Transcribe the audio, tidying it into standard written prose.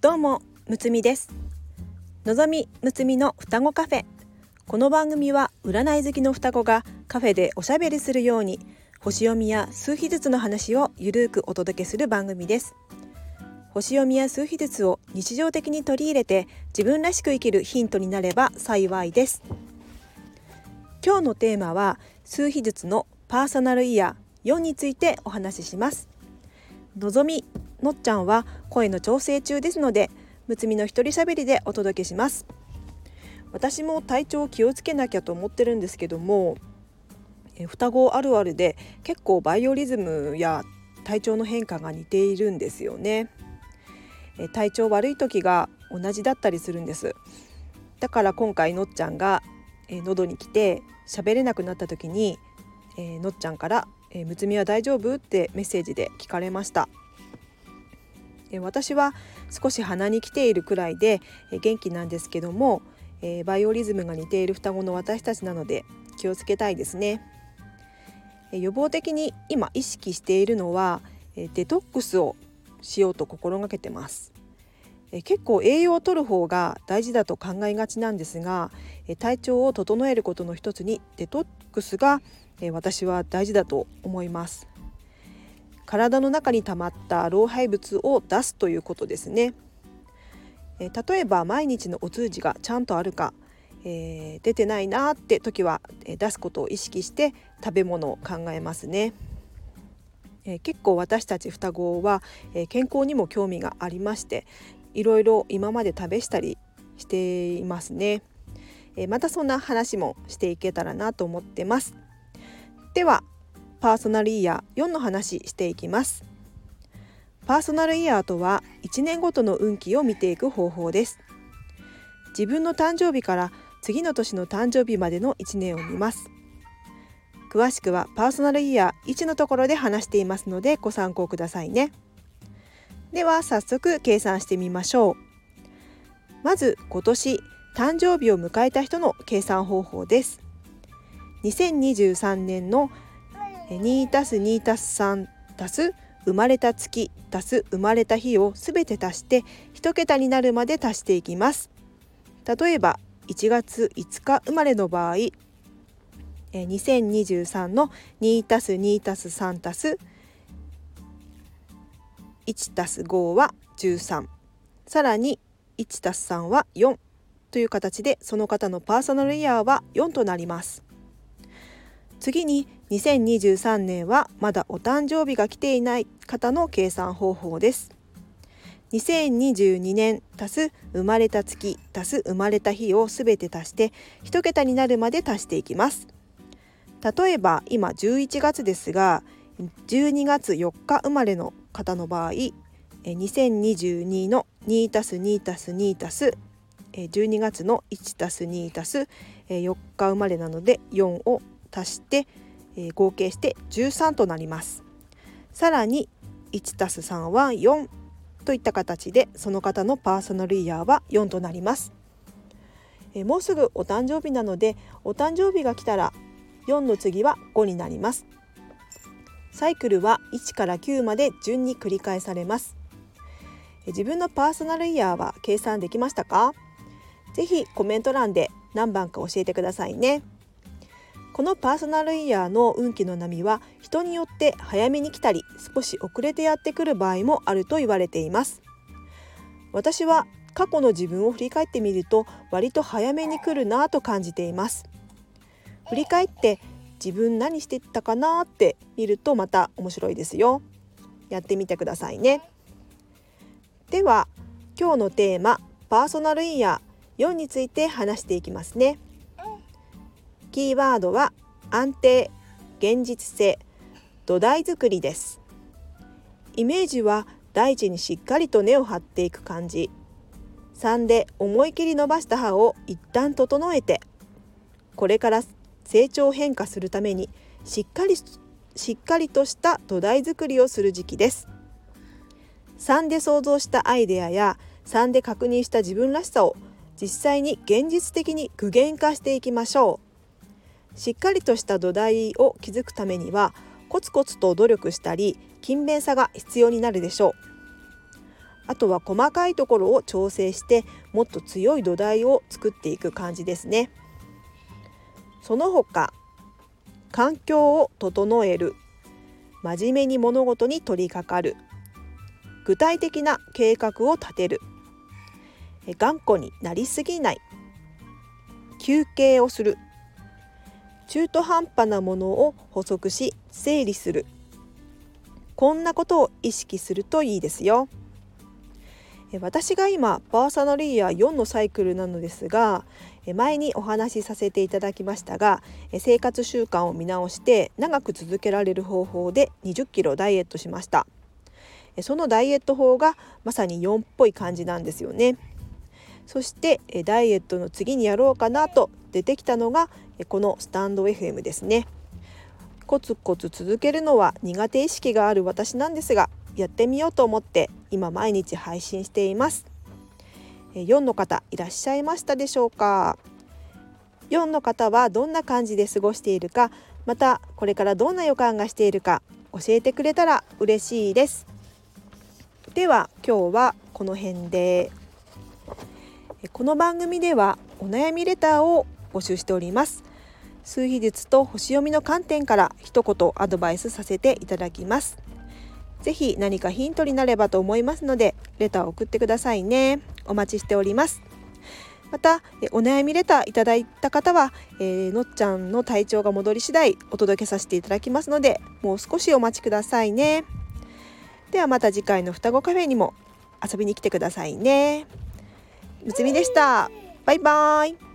どうも、むつみです。のぞみむつみの双子カフェ。この番組は占い好きの双子がカフェでおしゃべりするように星読みや数秘術の話をゆるくお届けする番組です。星読みや数秘術を日常的に取り入れて自分らしく生きるヒントになれば幸いです。今日のテーマは数秘術のパーソナルイヤー4についてお話しします。のぞみのっちゃんは声の調整中ですので、むつみの一人しゃべりでお届けします。私も体調を気をつけなきゃと思ってるんですけども、双子あるあるで結構バイオリズムや体調の変化が似ているんですよね。体調悪い時が同じだったりするんです。だから今回のっちゃんが喉に来て喋れなくなった時に、のっちゃんからむつみは大丈夫ってメッセージで聞かれました。私は少し鼻に来ているくらいで元気なんですけども、バイオリズムが似ている双子の私たちなので気をつけたいですね。予防的に今意識しているのはデトックスをしようと心がけてます。結構栄養を摂る方が大事だと考えがちなんですが、体調を整えることの一つにデトックスが私は大事だと思います。体の中に溜まった老廃物を出すということですね。例えば毎日のお通じがちゃんとあるか、出てないなって時は出すことを意識して食べ物を考えますね。結構私たち双子は健康にも興味がありまして、いろいろ今まで試したりしていますね。またそんな話もしていけたらなと思ってます。ではパーソナルイヤー4の話していきます。パーソナルイヤーとは1年ごとの運気を見ていく方法です。自分の誕生日から次の年の誕生日までの1年を見ます。詳しくはパーソナルイヤー1のところで話していますのでご参考くださいね。では早速計算してみましょう。まず今年誕生日を迎えた人の計算方法です。2023年の2+2+3足す生まれた月足す生まれた日をすべて足して1桁になるまで足していきます。例えば1月5日生まれの場合、2023の 2+2+3 足す1足す5は13、さらに1足す3は4という形で、その方のパーソナルイヤーは4となります。次に2023年はまだお誕生日が来ていない方の計算方法です。2022年足す生まれた月足す生まれた日をすべて足して1桁になるまで足していきます。例えば今11月ですが、12月4日生まれの方の場合、2022の 2+2+2 足す12月の 1+2 足す4日生まれなので4を足して合計して13となります。さらに 1+3 は4といった形で、その方のパーソナルイヤーは4となります。もうすぐお誕生日なので、お誕生日が来たら4の次は5になります。サイクルは1から9まで順に繰り返されます。自分のパーソナルイヤーは計算できましたか？ぜひコメント欄で何番か教えてくださいね。このパーソナルイヤーの運気の波は人によって早めに来たり少し遅れてやってくる場合もあると言われています。私は過去の自分を振り返ってみると割と早めに来るなと感じています。振り返って自分何してたかなって見るとまた面白いですよ。やってみてくださいね。では今日のテーマパーソナルイヤー4について話していきますね。キーワードは安定、現実性、土台作りです。イメージは大地にしっかりと根を張っていく感じ。3で思い切り伸ばした葉を一旦整えて、これから成長変化するためにしっかりとした土台作りをする時期です。3で想像したアイデアや3で確認した自分らしさを実際に現実的に具現化していきましょう。しっかりとした土台を築くためにはコツコツと努力したり勤勉さが必要になるでしょう。 あとは細かいところを調整してもっと強い土台を作っていく感じですね。その他、環境を整える、真面目に物事に取り掛かる、具体的な計画を立てる、頑固になりすぎない、休憩をする、中途半端なものを補足し整理する、こんなことを意識するといいですよ。私が今パーソナリーヤ4のサイクルなのですが、前にお話しさせていただきましたが、生活習慣を見直して長く続けられる方法で20キロダイエットしました。そのダイエット法がまさに4っぽい感じなんですよね。そしてダイエットの次にやろうかなと出てきたのがこのスタンド FM ですね。コツコツ続けるのは苦手意識がある私なんですが、やってみようと思って今毎日配信しています。4の方いらっしゃいましたでしょうか。4の方はどんな感じで過ごしているか、またこれからどんな予感がしているか教えてくれたら嬉しいです。では今日はこの辺で。この番組ではお悩みレターを募集しております。数秘術と星読みの観点から一言アドバイスさせていただきます。ぜひ何かヒントになればと思いますのでレターを送ってくださいね。お待ちしております。またお悩みレターいただいた方は、のっちゃんの体調が戻り次第お届けさせていただきますので、もう少しお待ちくださいね。ではまた次回の双子カフェにも遊びに来てくださいね。むつみでした。バイバイ。